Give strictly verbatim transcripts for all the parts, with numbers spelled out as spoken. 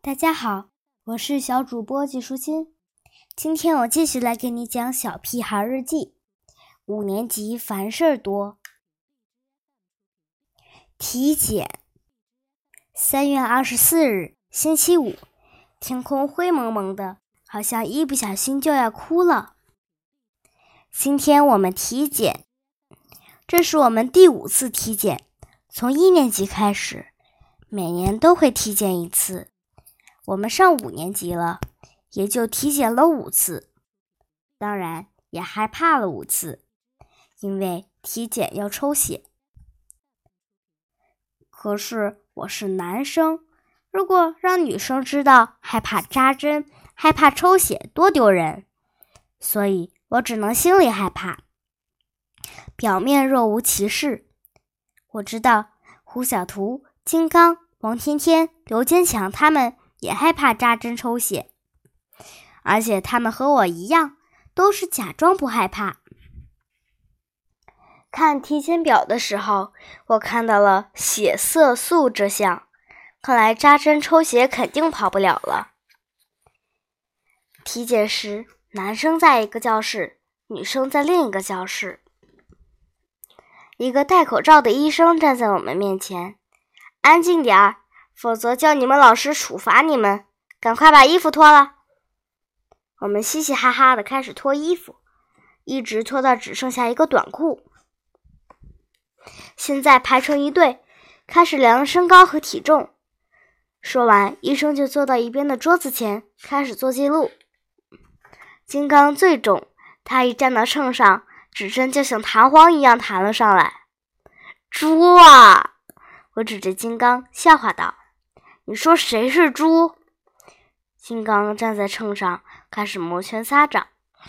大家好，我是小主播季舒心。今天我继续来给你讲小屁孩日记。五年级烦事儿多。体检。三月二十四日，星期五，天空灰蒙蒙的，好像一不小心就要哭了。今天我们体检，这是我们第五次体检，从一年级开始，每年都会体检一次。我们上五年级了，也就体检了五次，当然也害怕了五次，因为体检要抽血。可是我是男生，如果让女生知道害怕扎针、害怕抽血，多丢人，所以我只能心里害怕，表面若无其事。我知道胡小图、金刚、王天天、刘坚强他们也害怕扎针抽血，而且他们和我一样，都是假装不害怕。看体检表的时候，我看到了血色素这项，看来扎针抽血肯定跑不了了。体检时，男生在一个教室，女生在另一个教室。一个戴口罩的医生站在我们面前，安静点儿，否则叫你们老师处罚你们，赶快把衣服脱了。我们嘻嘻哈哈地开始脱衣服，一直脱到只剩下一个短裤。现在排成一队，开始量身高和体重。说完，医生就坐到一边的桌子前，开始做记录。金刚最重，他一站到秤上，指针就像弹簧一样弹了上来。猪啊！我指着金刚笑话道，你说谁是猪？金刚站在秤上，开始摩拳擦掌。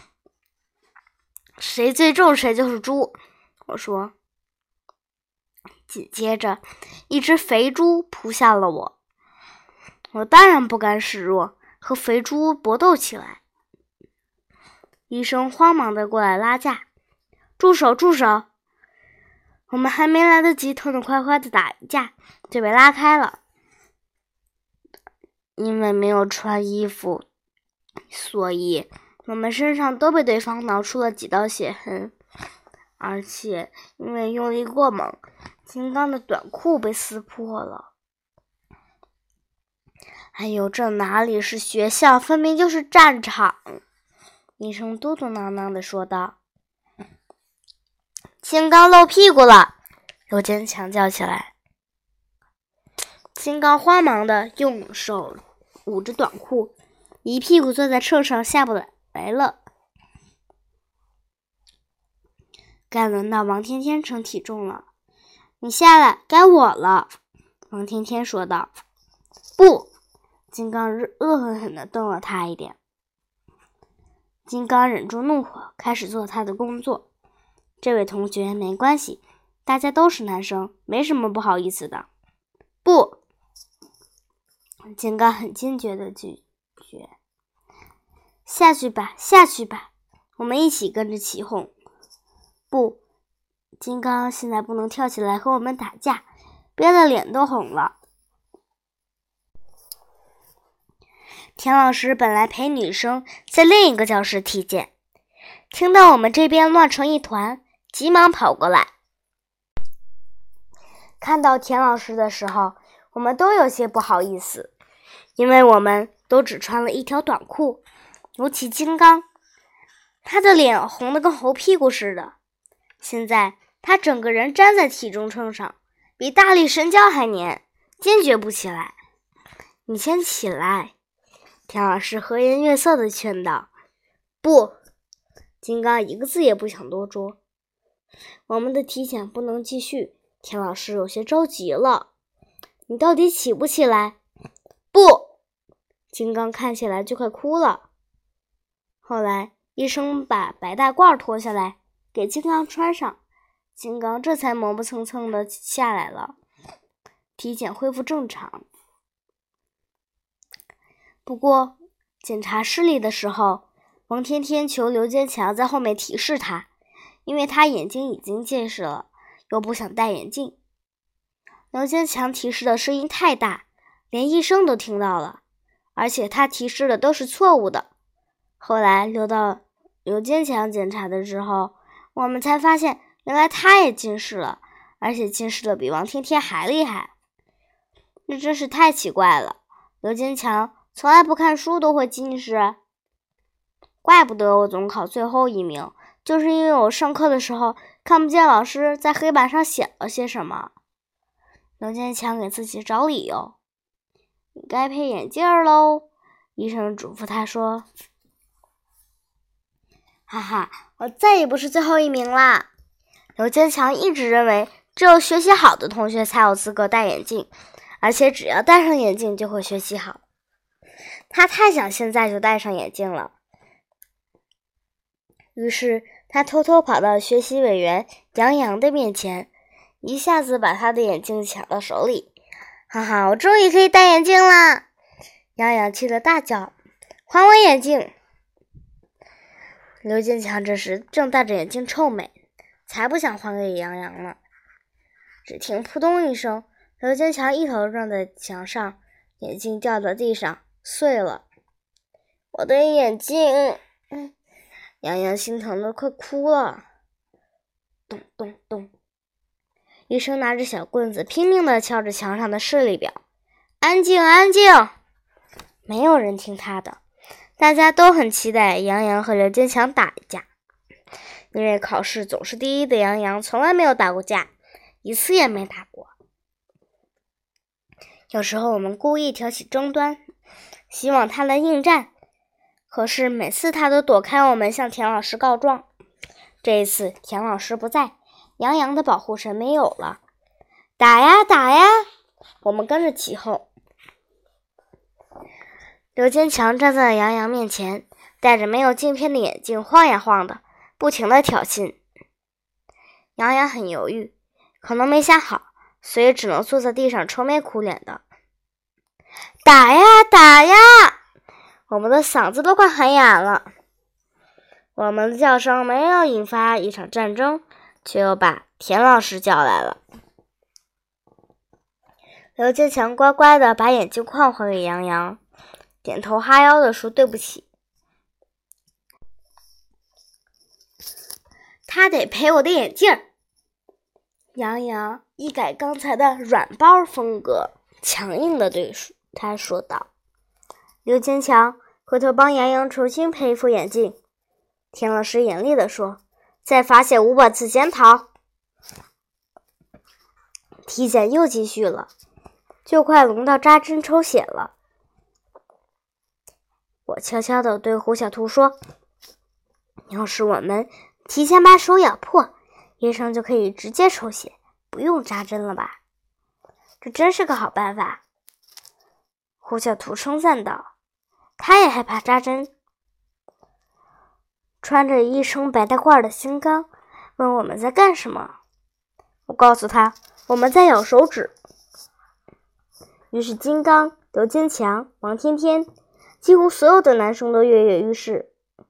谁最重谁就是猪，我说。紧接着，一只肥猪扑向了我，我当然不甘示弱，和肥猪搏斗起来。医生慌忙地过来拉架，住手住手！我们还没来得及痛痛快快地打一架，就被拉开了。因为没有穿衣服，所以我们身上都被对方挠出了几道血痕，而且因为用力过猛，金刚的短裤被撕破了。哎呦，这哪里是学校，分明就是战场！医生嘟嘟囔囔地说道。金刚露屁股了！刘坚强叫起来。金刚慌忙地用手捂着短裤，一屁股坐在秤上下不来了。该轮到王天天称体重了。你下来，该我了，王天天说道。不！金刚恶狠狠地瞪了他一眼。金刚忍住怒火，开始做他的工作。这位同学，没关系，大家都是男生，没什么不好意思的。不！金刚很坚决地拒绝。下去吧，下去吧，我们一起跟着起哄。不！金刚现在不能跳起来和我们打架，憋得脸都红了。田老师本来陪女生在另一个教室体检，听到我们这边乱成一团，急忙跑过来。看到田老师的时候，我们都有些不好意思，因为我们都只穿了一条短裤，尤其金刚，他的脸红得跟猴屁股似的。现在他整个人粘在体重秤上，比大力神胶还黏，坚决不起来。你先起来，田老师和颜悦色地劝道。不！金刚一个字也不想多说。我们的体检不能继续，田老师有些着急了。你到底起不起来？不！金刚看起来就快哭了。后来医生把白大褂脱下来给金刚穿上，金刚这才磨磨蹭蹭地下来了。体检恢复正常。不过检查视力的时候，王天天求刘坚强在后面提示他，因为他眼睛已经近视了，又不想戴眼镜。刘坚强提示的声音太大，连医生都听到了， 而且他提示的都是错误的。后来留到刘坚强检查的时候，我们才发现原来他也近视了，而且近视的比王天天还厉害。这真是太奇怪了，刘坚强从来不看书都会近视，怪不得我总考最后一名，就是因为我上课的时候看不见老师在黑板上写了些什么。刘坚强给自己找理由，你该配眼镜喽，医生嘱咐他说。哈哈，我再也不是最后一名啦。刘坚强一直认为只有学习好的同学才有资格戴眼镜，而且只要戴上眼镜就会学习好。他太想现在就戴上眼镜了，于是他偷偷跑到学习委员杨洋的面前，一下子把他的眼镜抢到手里。哈哈，我终于可以戴眼镜啦！杨洋气得大叫，还我眼镜！刘坚强这时正戴着眼镜臭美，才不想还给杨洋呢。只听扑通一声，刘坚强一头撞在墙上，眼镜掉到地上碎了。我的眼镜！嗯，杨洋心疼得快哭了。咚咚咚，医生拿着小棍子拼命地敲着墙上的视力表。安静，安静！没有人听他的。大家都很期待杨洋和刘坚强打一架，因为考试总是第一的杨洋从来没有打过架，一次也没打过。有时候我们故意挑起争端，希望他来应战，可是每次他都躲开我们，向田老师告状。这一次田老师不在，杨洋的保护神没有了。打呀打呀，我们跟着起哄。刘坚强站在杨洋面前，戴着没有镜片的眼镜晃呀晃的，不停地挑衅。杨洋很犹豫，可能没想好，所以只能坐在地上愁眉苦脸的。打呀打呀，我们的嗓子都快喊哑了。我们的叫声没有引发一场战争，却又把田老师叫来了。刘坚强乖乖地把眼镜框还给杨洋，点头哈腰地说对不起。他得赔我的眼镜。杨洋一改刚才的软包风格，强硬地对他说道。刘坚强回头帮杨洋重新赔一副眼镜。田老师严厉地说，再罚写五百次检讨。体检又继续了，就快轮到扎针抽血了。我悄悄地对胡小图说，要是我们提前把手咬破，医生就可以直接抽血，不用扎针了吧？这真是个好办法。胡小图称赞道，他也害怕扎针。穿着一身白大褂的金刚问我们在干什么。我告诉他，我们在咬手指。于是金刚、刘坚强、王天天，几乎所有的男生都跃跃欲试。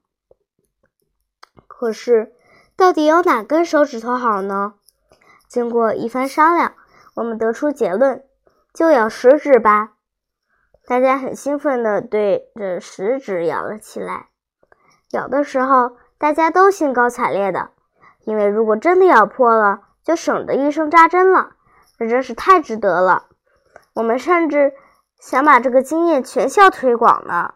可是到底咬哪根手指头好呢？经过一番商量，我们得出结论，就咬食指吧。大家很兴奋地对着食指咬了起来。咬的时候大家都兴高采烈的，因为如果真的咬破了，就省得医生扎针了，这真是太值得了。我们甚至想把这个经验全校推广呢。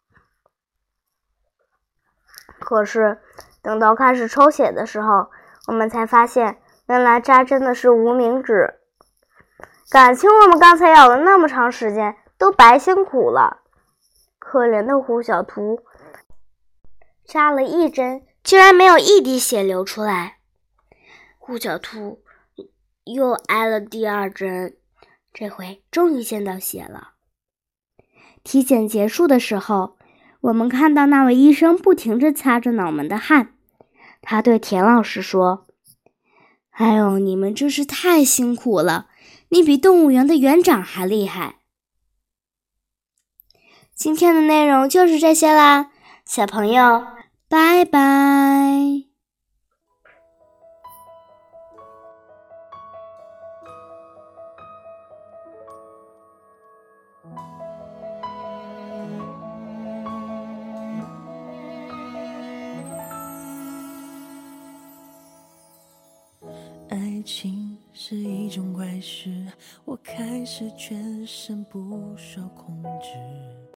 可是等到开始抽血的时候，我们才发现原来扎针的是无名指。感情我们刚才咬了那么长时间都白辛苦了。可怜的胡小图，扎了一针居然没有一滴血流出来。胡小图又挨了第二针，这回终于见到血了。体检结束的时候，我们看到那位医生不停地擦着脑门的汗。他对田老师说，哎呦，你们真是太辛苦了，你比动物园的园长还厉害。今天的内容就是这些啦，小朋友，拜拜。 爱情是一种怪事，我开始全身不受控制。